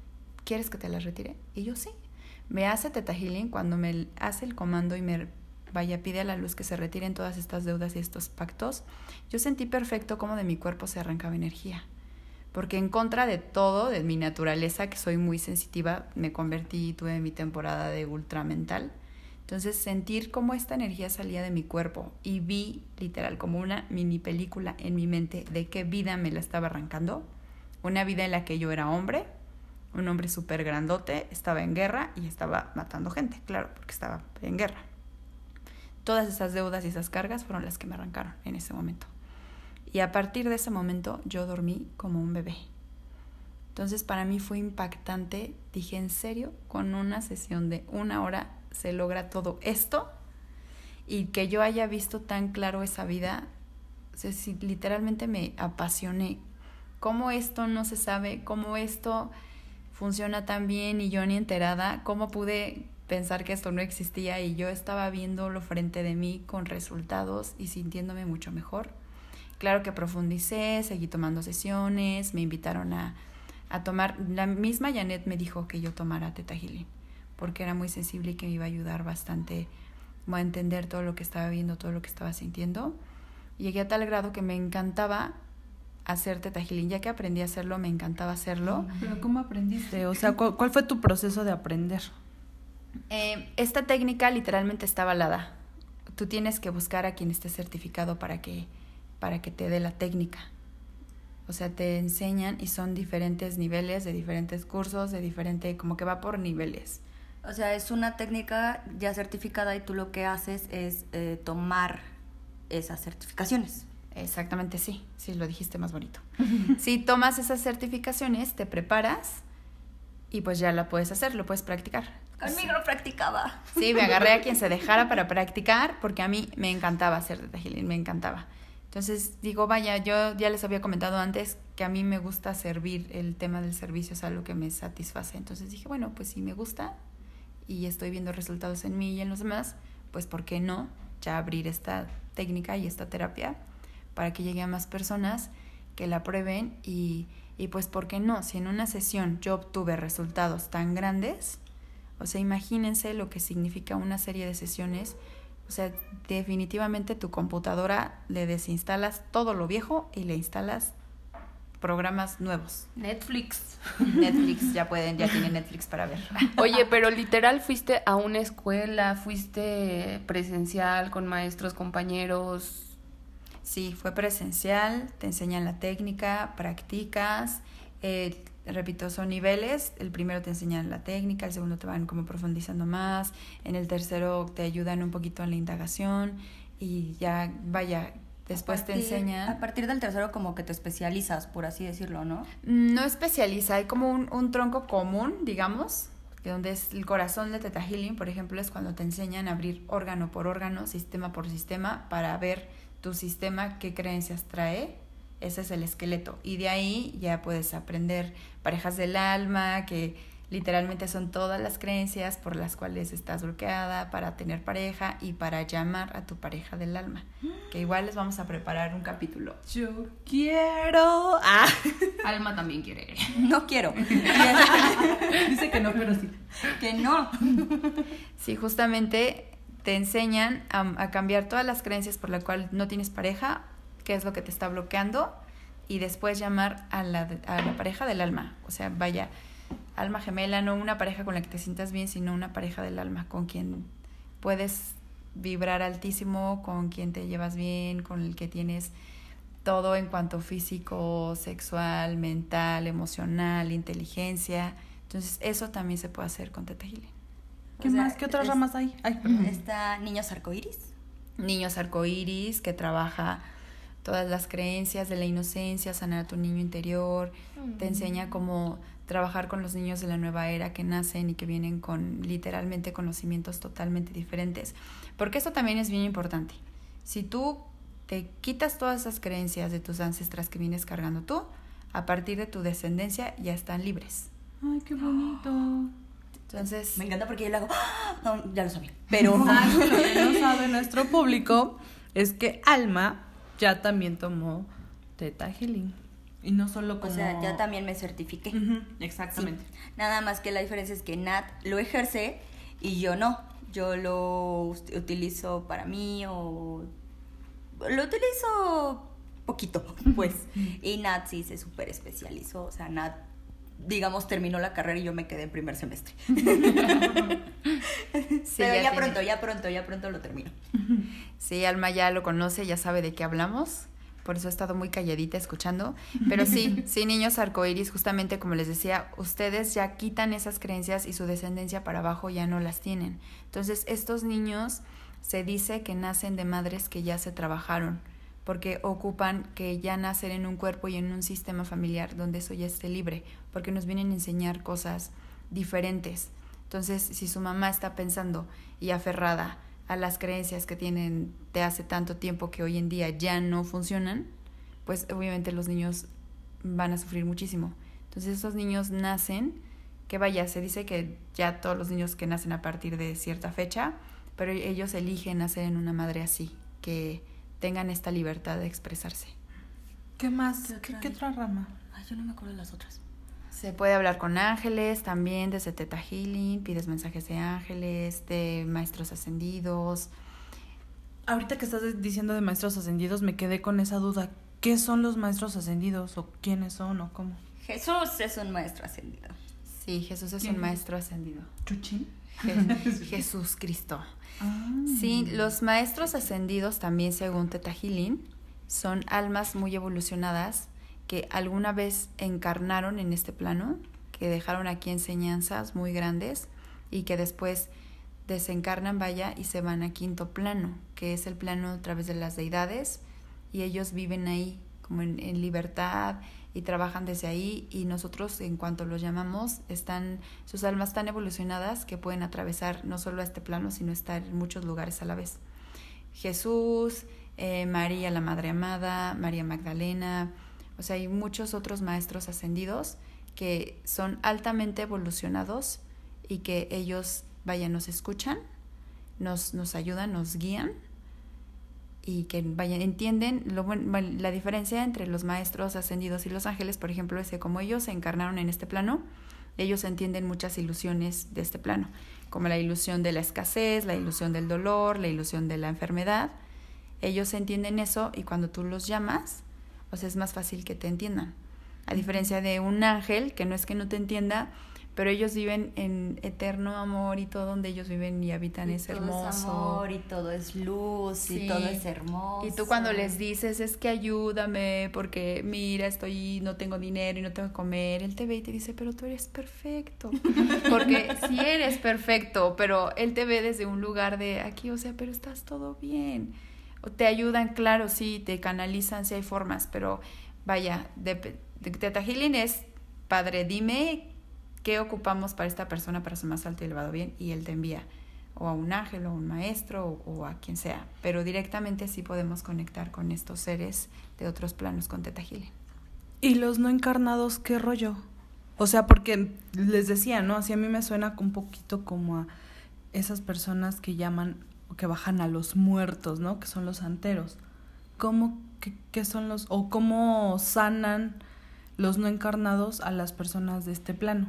¿Quieres que te las retire? Y yo sí. Me hace Theta Healing, cuando me hace el comando y me vaya, pide a la luz que se retiren todas estas deudas y estos pactos, yo sentí perfecto cómo de mi cuerpo se arrancaba energía. Porque en contra de todo, de mi naturaleza, que soy muy sensitiva, me convertí, tuve mi temporada de ultramental. Entonces sentir cómo esta energía salía de mi cuerpo y vi literal como una mini película en mi mente de qué vida me la estaba arrancando. Una vida en la que yo era hombre, un hombre súper grandote, estaba en guerra y estaba matando gente, claro, porque estaba en guerra. Todas esas deudas y esas cargas fueron las que me arrancaron en ese momento. Y a partir de ese momento yo dormí como un bebé. Entonces para mí fue impactante. Dije, ¿en serio? Con una sesión de 1 hora se logra todo esto. Y que yo haya visto tan claro esa vida, o sea, sí, literalmente me apasioné. ¿Cómo esto no se sabe? ¿Cómo esto funciona tan bien y yo ni enterada? ¿Cómo pude pensar que esto no existía y yo estaba viéndolo frente de mí con resultados y sintiéndome mucho mejor? Claro que profundicé, seguí tomando sesiones, me invitaron a tomar, la misma Janet me dijo que yo tomara Theta Healing, porque era muy sensible y que me iba a ayudar bastante a entender todo lo que estaba viendo, todo lo que estaba sintiendo. Y llegué a tal grado que me encantaba hacer Theta Healing. Ya que aprendí a hacerlo, me encantaba hacerlo. ¿Pero cómo aprendiste? O sea, ¿cuál fue tu proceso de aprender? Esta técnica literalmente está avalada. Tú tienes que buscar a quien esté certificado para que te dé la técnica. O sea, te enseñan y son diferentes niveles, de diferentes cursos, de diferente, como que va por niveles. O sea, es una técnica ya certificada y tú lo que haces es tomar esas certificaciones. Exactamente, sí, lo dijiste más bonito. Si tomas esas certificaciones, te preparas y pues ya la puedes hacer, lo puedes practicar. Conmigo lo practicaba. Sí, me agarré a quien se dejara para practicar porque a mí me encantaba hacer Theta Healing, me encantaba. Entonces digo, vaya, yo ya les había comentado antes que a mí me gusta servir, el tema del servicio es algo que me satisface. Entonces dije, bueno, pues si me gusta y estoy viendo resultados en mí y en los demás, pues ¿por qué no ya abrir esta técnica y esta terapia para que llegue a más personas que la prueben y pues ¿por qué no? Si en una sesión yo obtuve resultados tan grandes, o sea, imagínense lo que significa una serie de sesiones. O sea, definitivamente tu computadora le desinstalas todo lo viejo y le instalas programas nuevos. Netflix, ya tienen Netflix para ver. Oye, pero literal fuiste a una escuela, fuiste presencial con maestros, compañeros. Sí, fue presencial, te enseñan la técnica, practicas, repito, son niveles. El primero te enseñan la técnica, el segundo te van como profundizando más, en el tercero te ayudan un poquito en la indagación y ya, vaya, después te enseñan. A partir del tercero como que te especializas, por así decirlo, ¿no? No especializa, hay como un tronco común, digamos, que donde es el corazón de Theta Healing, por ejemplo, es cuando te enseñan a abrir órgano por órgano, sistema por sistema, para ver tu sistema qué creencias trae. Ese es el esqueleto. Y de ahí ya puedes aprender parejas del alma, que literalmente son todas las creencias por las cuales estás bloqueada para tener pareja y para llamar a tu pareja del alma. Que igual les vamos a preparar un capítulo. Yo quiero. Alma también quiere. No quiero. Dice que no, pero sí. Que no. Sí, justamente te enseñan a cambiar todas las creencias por las cuales no tienes pareja, qué es lo que te está bloqueando, y después llamar a la pareja del alma. O sea, vaya, alma gemela, no una pareja con la que te sientas bien, sino una pareja del alma con quien puedes vibrar altísimo, con quien te llevas bien, con el que tienes todo en cuanto físico, sexual, mental, emocional, inteligencia. Entonces eso también se puede hacer con Theta Healing. ¿Qué más? ¿Qué otras ramas hay? Ay, perdón. Está Niños Arcoíris. Niños Arcoíris, que trabaja todas las creencias de la inocencia, sanar a tu niño interior, te enseña cómo trabajar con los niños de la nueva era que nacen y que vienen con literalmente conocimientos totalmente diferentes, porque eso también es bien importante. Si tú te quitas todas esas creencias de tus ancestras que vienes cargando tú, a partir de tu descendencia ya están libres. Ay, qué bonito. Entonces, Me encanta porque yo le hago, no, ya lo sabía, pero Lo que no sabe nuestro público es que Alma ya también tomó Theta Healing. Y no solo como... o sea, ya también me certifiqué. Ujú, exactamente. Sí. Nada más que la diferencia es que Nat lo ejerce y yo no. yo lo utilizo para mí o lo utilizo poquito, pues. Y Nat sí se súper especializó, o sea, Nat, digamos, terminó la carrera y yo me quedé en primer semestre. Sí, pero ya pronto lo termino. Sí, Alma ya lo conoce, ya sabe de qué hablamos. Por eso he estado muy calladita escuchando. Pero sí, niños arcoíris, justamente como les decía, ustedes ya quitan esas creencias y su descendencia para abajo ya no las tienen. Entonces, estos niños se dice que nacen de madres que ya se trabajaron, porque ocupan que ya nacen en un cuerpo y en un sistema familiar donde eso ya esté libre, porque nos vienen a enseñar cosas diferentes. Entonces, si su mamá está pensando y aferrada a las creencias que tienen de hace tanto tiempo que hoy en día ya no funcionan, pues obviamente los niños van a sufrir muchísimo. Entonces esos niños nacen, que vaya, se dice que ya todos los niños que nacen a partir de cierta fecha, pero ellos eligen nacer en una madre así, que tengan esta libertad de expresarse. ¿Qué más? ¿Qué otra rama? Ay, yo no me acuerdo de las otras. Se puede hablar con ángeles también, desde Theta Healing, pides mensajes de ángeles, de maestros ascendidos. Ahorita que estás diciendo de maestros ascendidos, me quedé con esa duda. ¿Qué son los maestros ascendidos? ¿O quiénes son? ¿O cómo? Jesús es un maestro ascendido. Sí, Jesús es un maestro ascendido. ¿Chuchín? Jesús Cristo. Ah. Sí, los maestros ascendidos también, según Theta Healing, son almas muy evolucionadas que alguna vez encarnaron en este plano, que dejaron aquí enseñanzas muy grandes y que después desencarnan, vaya, y se van a quinto plano, que es el plano a través de las deidades, y ellos viven ahí como en libertad y trabajan desde ahí, y nosotros, en cuanto los llamamos, sus almas tan evolucionadas que pueden atravesar no solo a este plano, sino estar en muchos lugares a la vez. Jesús, María la Madre Amada, María Magdalena, o sea, hay muchos otros maestros ascendidos que son altamente evolucionados y que ellos, vaya, nos escuchan, nos ayudan, nos guían y que, vaya, entienden la diferencia entre los maestros ascendidos y los ángeles, por ejemplo, es que como ellos se encarnaron en este plano, ellos entienden muchas ilusiones de este plano, como la ilusión de la escasez, la ilusión del dolor, la ilusión de la enfermedad. Ellos entienden eso y cuando tú los llamas, o sea, es más fácil que te entiendan. A diferencia de un ángel, que no es que no te entienda, pero ellos viven en eterno amor y todo donde ellos viven y habitan es hermoso. Todo es amor y todo es luz, sí. Y todo es hermoso. Y tú cuando les dices, es que ayúdame porque mira, no tengo dinero y no tengo que comer, él te ve y te dice, pero tú eres perfecto. Porque sí eres perfecto, pero él te ve desde un lugar de aquí, o sea, pero estás todo bien. Te ayudan, claro, sí, te canalizan, sí hay formas, pero vaya, Theta Healing es, padre, dime qué ocupamos para esta persona para su más alto y elevado bien, y él te envía o a un ángel o a un maestro o a quien sea, pero directamente sí podemos conectar con estos seres de otros planos con Theta Healing. ¿Y los no encarnados qué rollo? O sea, porque les decía, ¿no? Así a mí me suena un poquito como a esas personas que llaman o que bajan a los muertos, ¿no? Que son los santeros. ¿Cómo, qué son los, o cómo sanan los no encarnados a las personas de este plano?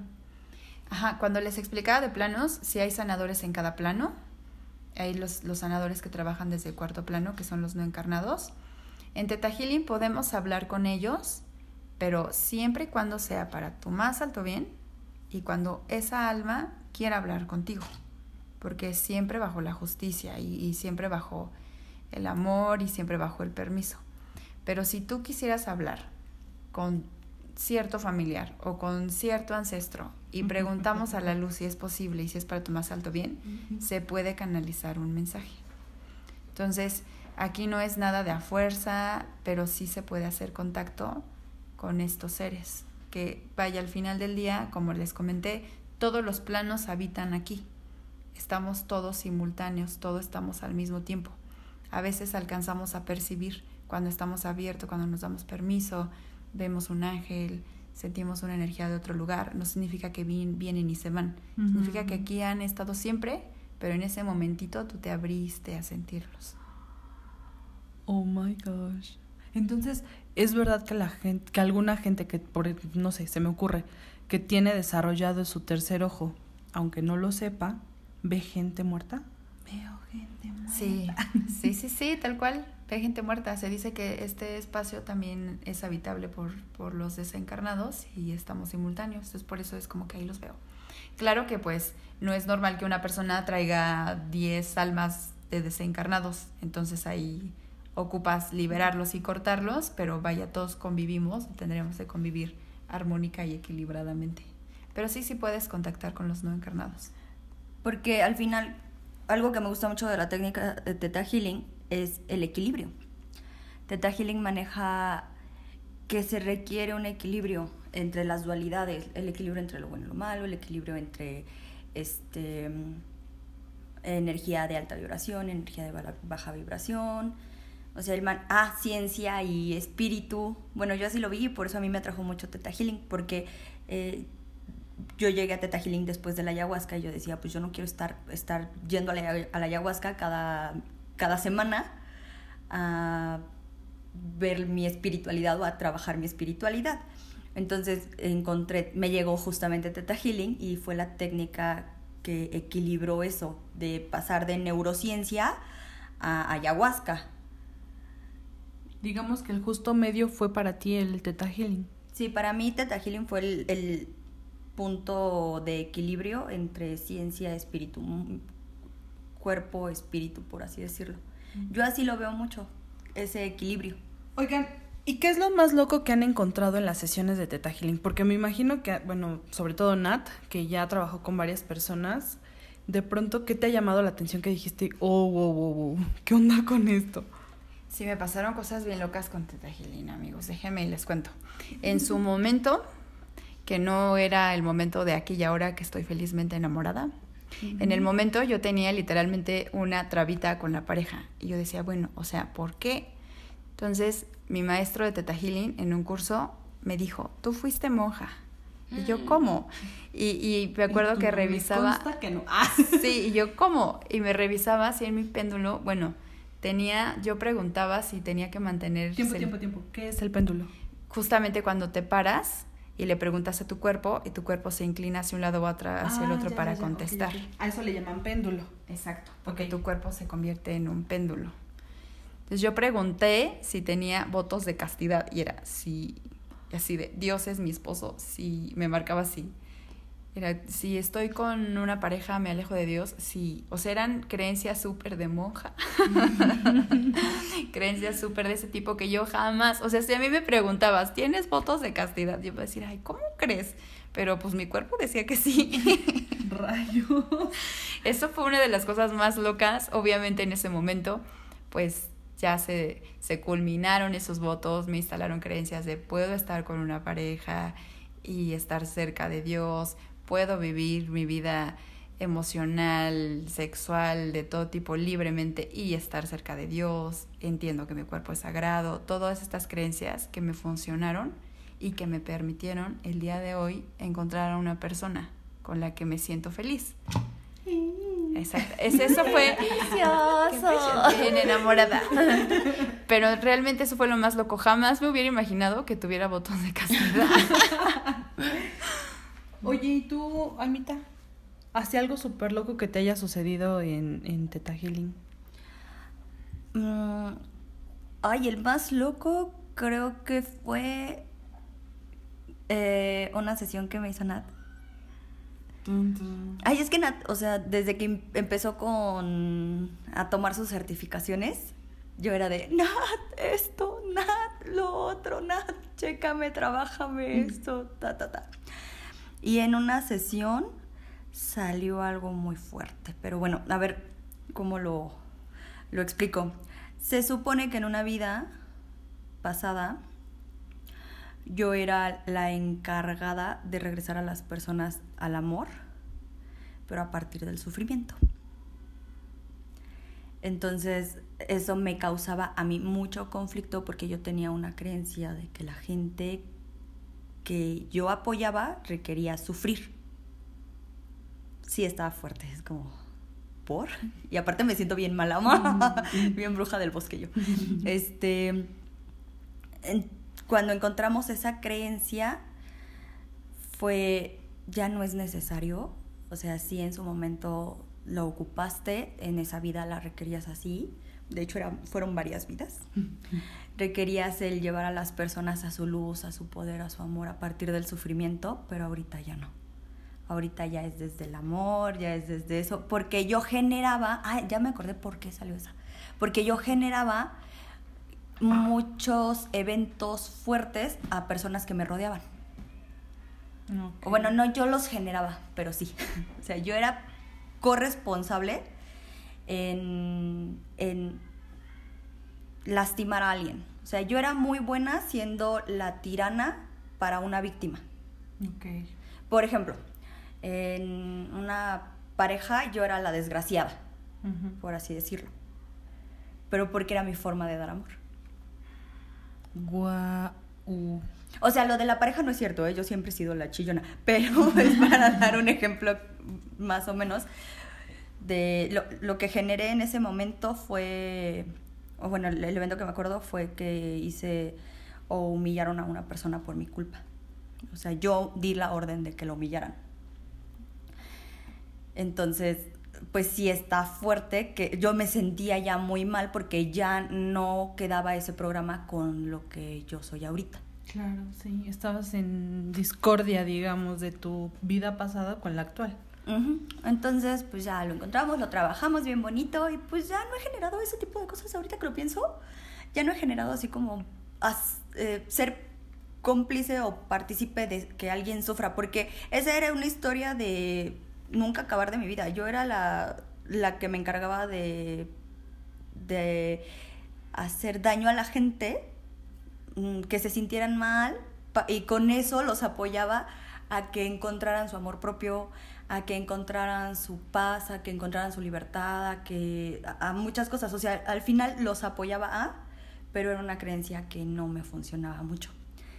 Ajá, cuando les explicaba de planos, sí hay sanadores en cada plano. Hay los sanadores que trabajan desde el cuarto plano, que son los no encarnados. En Theta Healing podemos hablar con ellos, pero siempre y cuando sea para tu más alto bien y cuando esa alma quiera hablar contigo. Porque siempre bajo la justicia y siempre bajo el amor y siempre bajo el permiso. Pero si tú quisieras hablar con cierto familiar o con cierto ancestro y preguntamos a la luz si es posible y si es para tu más alto bien, se puede canalizar un mensaje. Entonces, aquí no es nada de a fuerza, pero sí se puede hacer contacto con estos seres. Que vaya, al final del día, como les comenté, todos los planos habitan aquí. Estamos todos simultáneos, todos estamos al mismo tiempo. A veces alcanzamos a percibir cuando estamos abiertos, cuando nos damos permiso, vemos un ángel, sentimos una energía de otro lugar. No significa que vienen y se van. Significa que aquí han estado siempre, pero en ese momentito tú te abriste a sentirlos. Oh my gosh. Entonces, es verdad que alguna gente que, no sé, se me ocurre, que tiene desarrollado su tercer ojo, aunque no lo sepa, ¿Ve gente muerta? Veo gente muerta. Sí, tal cual. Ve gente muerta. Se dice que este espacio también es habitable por los desencarnados y estamos simultáneos. Entonces por eso es como que ahí los veo. Claro que pues no es normal que una persona traiga 10 almas de desencarnados. Entonces ahí ocupas liberarlos y cortarlos, pero vaya, todos convivimos, tendríamos de convivir armónica y equilibradamente. Pero sí puedes contactar con los no encarnados. Porque al final, algo que me gusta mucho de la técnica de Theta Healing es el equilibrio. Theta Healing maneja que se requiere un equilibrio entre las dualidades, el equilibrio entre lo bueno y lo malo, el equilibrio entre energía de alta vibración, energía de baja vibración. O sea, ciencia y espíritu. Bueno, yo así lo vi y por eso a mí me atrajo mucho Theta Healing, porque yo llegué a Theta Healing después de la ayahuasca y yo decía, pues yo no quiero estar yendo a la ayahuasca cada semana a ver mi espiritualidad o a trabajar mi espiritualidad. Entonces me llegó justamente Theta Healing y fue la técnica que equilibró eso, de pasar de neurociencia a ayahuasca. Digamos que el justo medio fue para ti el Theta Healing. Sí, para mí Theta Healing fue el punto de equilibrio entre ciencia, espíritu, cuerpo, espíritu, por así decirlo. Yo así lo veo mucho, ese equilibrio. Oigan, ¿y qué es lo más loco que han encontrado en las sesiones de Theta Healing? Porque me imagino que, bueno, sobre todo Nat, que ya trabajó con varias personas, de pronto, ¿qué te ha llamado la atención que dijiste, wow, ¿qué onda con esto? Sí, me pasaron cosas bien locas con Theta Healing, amigos. Déjenme y les cuento. En su momento, que no era el momento de aquí y ahora que estoy felizmente enamorada, en el momento yo tenía literalmente una trabita con la pareja. Y yo decía, bueno, o sea, ¿por qué? Entonces, mi maestro de Theta Healing en un curso me dijo, tú fuiste monja. Y yo, ¿cómo? Y me acuerdo que revisaba... Me consta que no. Sí, y yo, ¿cómo? Y me revisaba así en mi péndulo, bueno... yo preguntaba si tenía que mantener... Tiempo. ¿Qué es el péndulo? Justamente cuando te paras y le preguntas a tu cuerpo y tu cuerpo se inclina hacia un lado o hacia el otro para contestar. Okay. A eso le llaman péndulo. Exacto, porque tu cuerpo se convierte en un péndulo. Entonces yo pregunté si tenía votos de castidad y era sí, así de Dios es mi esposo, sí, me marcaba así. Era, si estoy con una pareja, me alejo de Dios, sí. O sea, eran creencias súper de monja. Creencias súper de ese tipo que yo jamás... O sea, si a mí me preguntabas, ¿tienes votos de castidad? Yo iba a decir, ay, ¿cómo crees? Pero pues mi cuerpo decía que sí. Rayos. Eso fue una de las cosas más locas. Obviamente en ese momento, pues ya se culminaron esos votos, me instalaron creencias de puedo estar con una pareja y estar cerca de Dios, puedo vivir mi vida emocional, sexual, de todo tipo libremente y estar cerca de Dios, entiendo que mi cuerpo es sagrado, todas estas creencias que me funcionaron y que me permitieron el día de hoy encontrar a una persona con la que me siento feliz. Exacto, eso fue bien enamorada. Pero realmente eso fue lo más loco. Jamás me hubiera imaginado que tuviera votos de castidad. Oye, ¿y tú, Almita? ¿Hace algo súper loco que te haya sucedido en Theta Healing? El más loco creo que fue una sesión que me hizo Nat. Es que Nat, o sea, desde que empezó a tomar sus certificaciones, yo era de, Nat, esto, Nat, lo otro, Nat, chécame, trabájame esto, Y en una sesión salió algo muy fuerte, pero bueno, a ver cómo lo explico. Se supone que en una vida pasada yo era la encargada de regresar a las personas al amor, pero a partir del sufrimiento. Entonces, eso me causaba a mí mucho conflicto porque yo tenía una creencia de que la gente que yo apoyaba requería sufrir. Sí, estaba fuerte, es como, ¿por? Y aparte me siento bien mala, bien bruja del bosque yo. Cuando encontramos esa creencia ya no es necesario. O sea, sí, en su momento lo ocupaste, en esa vida la requerías así. De hecho, fueron varias vidas. Requerías el llevar a las personas a su luz, a su poder, a su amor a partir del sufrimiento, pero ahorita ya no. Ahorita ya es desde el amor, ya es desde eso. Porque yo generaba... ya me acordé por qué salió esa. Porque yo generaba muchos eventos fuertes a personas que me rodeaban. Okay. O bueno, no yo los generaba, pero sí. O sea, yo era corresponsable en lastimar a alguien. O sea, yo era muy buena siendo la tirana para una víctima. Okay. Por ejemplo, en una pareja yo era la desgraciada, por así decirlo. Pero porque era mi forma de dar amor. Guau. O sea, lo de la pareja no es cierto, yo siempre he sido la chillona, pero es para dar un ejemplo más o menos de lo que generé en ese momento fue, o bueno, el evento que me acuerdo fue que hice o humillaron a una persona por mi culpa. O sea, yo di la orden de que lo humillaran. Entonces, pues sí está fuerte, que yo me sentía ya muy mal porque ya no quedaba ese programa con lo que yo soy ahorita. Claro, sí, estabas en discordia, digamos, de tu vida pasada con la actual. Entonces, pues ya lo encontramos, lo trabajamos bien bonito y pues ya no he generado ese tipo de cosas ahorita que lo pienso. Ya no he generado así como ser cómplice o partícipe de que alguien sufra, porque esa era una historia de nunca acabar de mi vida. Yo era la que me encargaba de hacer daño a la gente, que se sintieran mal, y con eso los apoyaba a que encontraran su amor propio, a que encontraran su paz, a que encontraran su libertad, a muchas cosas. O sea, al final los apoyaba pero era una creencia que no me funcionaba mucho.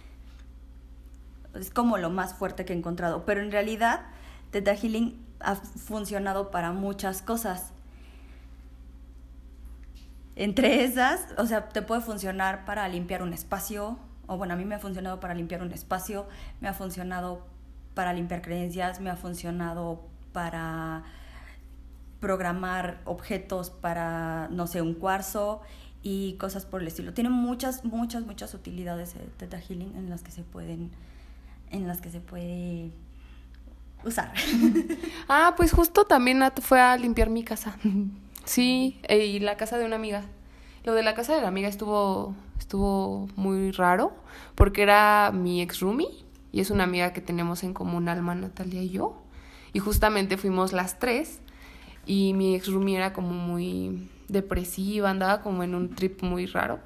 Es como lo más fuerte que he encontrado, pero en realidad Theta Healing ha funcionado para muchas cosas. Entre esas, o sea, te puede funcionar para limpiar un espacio, o bueno, a mí me ha funcionado para limpiar un espacio, me ha funcionado para limpiar creencias, me ha funcionado para programar objetos para, no sé, un cuarzo y cosas por el estilo. Tiene muchas utilidades Theta Healing en las que se puede usar. Pues justo también fue a limpiar mi casa. Sí, y la casa de una amiga. Lo de la casa de la amiga estuvo muy raro, porque era mi ex roomie, y es una amiga que tenemos en común, Alma, Natalia y yo. Y justamente fuimos las tres, y mi ex roomie era como muy depresiva, andaba como en un trip muy raro.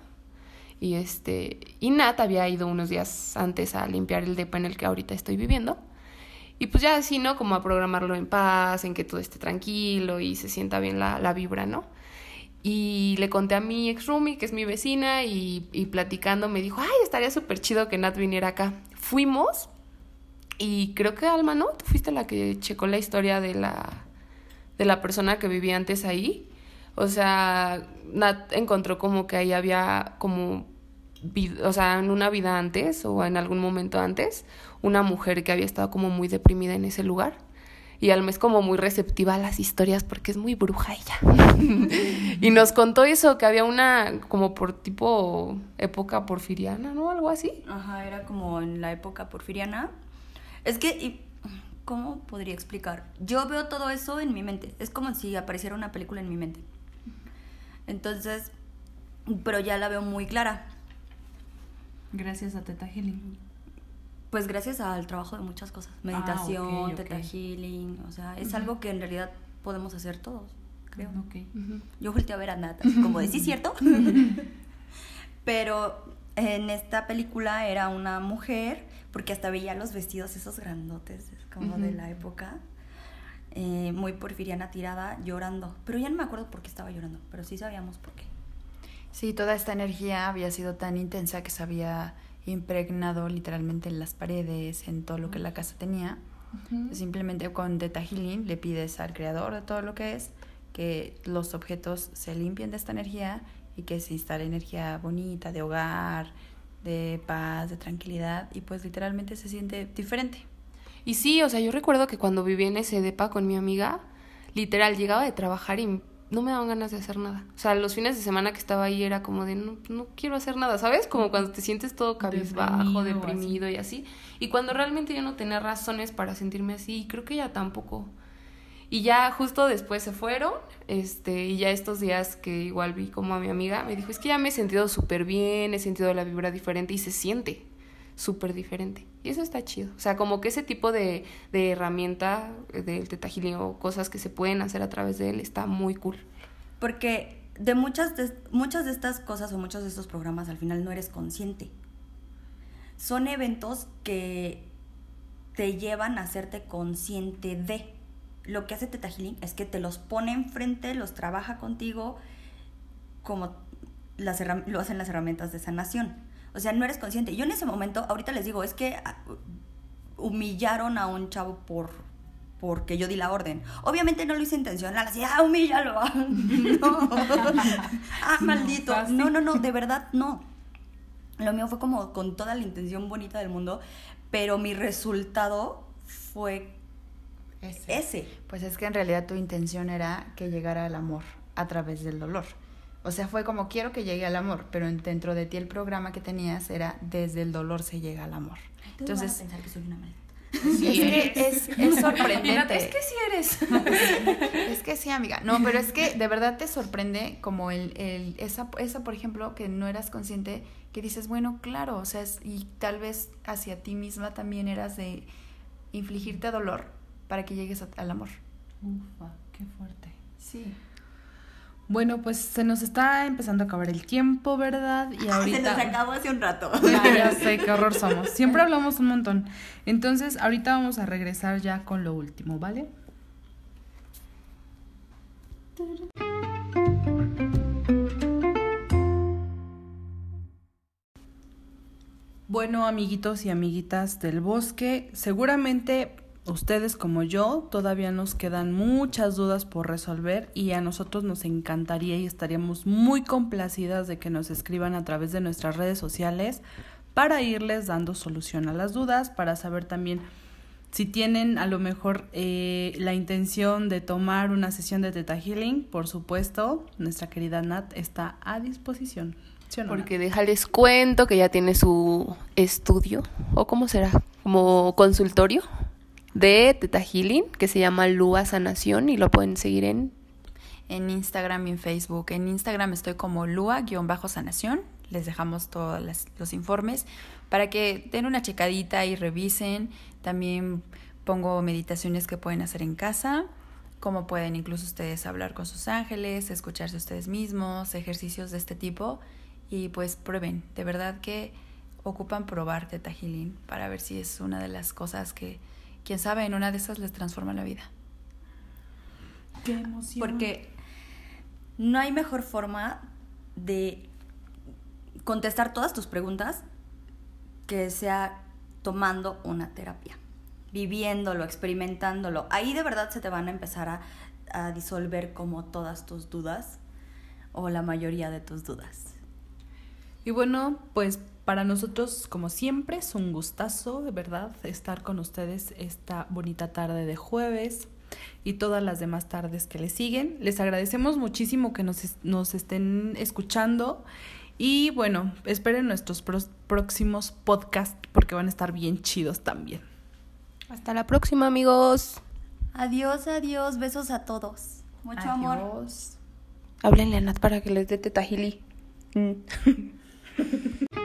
Y Nat había ido unos días antes a limpiar el depa en el que ahorita estoy viviendo. Y pues ya así, ¿no? Como a programarlo en paz, en que todo esté tranquilo y se sienta bien la vibra, ¿no? Y le conté a mi ex roomie, que es mi vecina, y platicando me dijo, estaría súper chido que Nat viniera acá. Fuimos, y creo que Alma, ¿no? Tú fuiste la que checó la historia de la persona que vivía antes ahí. O sea, Nat encontró como que ahí había como, o sea, en una vida antes o en algún momento antes, una mujer que había estado como muy deprimida en ese lugar. Y Alma es como muy receptiva a las historias porque es muy bruja ella. Y nos contó eso, que había una como por tipo época porfiriana, ¿no? Algo así. Ajá, era como en la época porfiriana. Es que, ¿cómo podría explicar? Yo veo todo eso en mi mente. Es como si apareciera una película en mi mente. Entonces, pero ya la veo muy clara. Gracias a Theta Healing. Pues gracias al trabajo de muchas cosas. Meditación, okay. Theta Healing, o sea, es algo que en realidad podemos hacer todos, creo. Okay. Yo volteé a ver a Nat, como de, ¿sí es cierto? Pero en esta película era una mujer, porque hasta veía los vestidos esos grandotes, como de la época, muy porfiriana, tirada, llorando. Pero ya no me acuerdo por qué estaba llorando, pero sí sabíamos por qué. Sí, toda esta energía había sido tan intensa que se había impregnado literalmente en las paredes, en todo lo que la casa tenía. Simplemente con Theta Healing le pides al creador de todo lo que es que los objetos se limpien de esta energía y que se instale energía bonita, de hogar, de paz, de tranquilidad, y pues literalmente se siente diferente. Y sí, o sea, yo recuerdo que cuando viví en ese depa con mi amiga, literal, llegaba de trabajar y no me daban ganas de hacer nada. O sea, los fines de semana que estaba ahí era como de no quiero hacer nada, ¿sabes? Como cuando te sientes todo cabizbajo, deprimido y así. Y cuando realmente yo no tenía razones para sentirme así, y creo que ella tampoco. Y ya justo después se fueron, y ya estos días que igual vi como a mi amiga, me dijo, es que ya me he sentido súper bien, he sentido la vibra diferente y se siente súper diferente. Y eso está chido. O sea, como que ese tipo de herramienta del Theta Healing o cosas que se pueden hacer a través de él está muy cool. Porque de muchas de estas cosas o muchos de estos programas al final no eres consciente. Son eventos que te llevan a hacerte consciente de. Lo que hace Theta Healing es que te los pone enfrente, los trabaja contigo como lo hacen las herramientas de sanación. O sea, no eres consciente. Yo en ese momento, ahorita les digo, es que humillaron a un chavo porque yo di la orden. Obviamente no lo hice intencional, así, humíllalo. No. Maldito. No, de verdad no. Lo mío fue como con toda la intención bonita del mundo, pero mi resultado fue ese. Pues es que en realidad tu intención era que llegara al amor a través del dolor. O sea, fue como quiero que llegue al amor, pero dentro de ti el programa que tenías era desde el dolor se llega al amor. Entonces, vas a pensar que soy una maldita. Sí, es sorprendente. Es que sí eres. Es que sí, amiga. No, pero es que de verdad te sorprende como esa, por ejemplo, que no eras consciente, que dices, bueno, claro, o sea, y tal vez hacia ti misma también eras de infligirte dolor para que llegues al amor. Ufa, qué fuerte. Sí. Bueno, pues se nos está empezando a acabar el tiempo, ¿verdad? Y ahorita... Se nos acabó hace un rato. Ya sé, qué horror somos. Siempre hablamos un montón. Entonces, ahorita vamos a regresar ya con lo último, ¿vale? Bueno, amiguitos y amiguitas del bosque, seguramente ustedes como yo todavía nos quedan muchas dudas por resolver y a nosotros nos encantaría y estaríamos muy complacidas de que nos escriban a través de nuestras redes sociales para irles dando solución a las dudas, para saber también si tienen a lo mejor la intención de tomar una sesión de Theta Healing. Por supuesto, nuestra querida Nat está a disposición. ¿Sí o no, porque déjales cuento que ya tiene su estudio, o cómo será, como consultorio de Theta Healing, que se llama Lua Sanación, y lo pueden seguir en Instagram y en Facebook. En Instagram estoy como Lua_Sanación. Les dejamos todos los informes para que den una checadita y revisen. También pongo meditaciones que pueden hacer en casa, como pueden incluso ustedes hablar con sus ángeles, escucharse ustedes mismos, ejercicios de este tipo. Y pues prueben, de verdad que ocupan probar Theta Healing para ver si es una de las cosas que, quién sabe, en una de esas les transforma la vida. ¡Qué emoción! Porque no hay mejor forma de contestar todas tus preguntas que sea tomando una terapia, viviéndolo, experimentándolo. Ahí de verdad se te van a empezar a disolver como todas tus dudas o la mayoría de tus dudas. Y bueno, pues para nosotros, como siempre, es un gustazo, de verdad, estar con ustedes esta bonita tarde de jueves y todas las demás tardes que les siguen. Les agradecemos muchísimo que nos estén escuchando y bueno, esperen nuestros próximos podcasts porque van a estar bien chidos también. Hasta la próxima, amigos. Adiós, adiós, besos a todos. Mucho amor. Adiós. Háblenle a Nat para que les dé Theta Healing.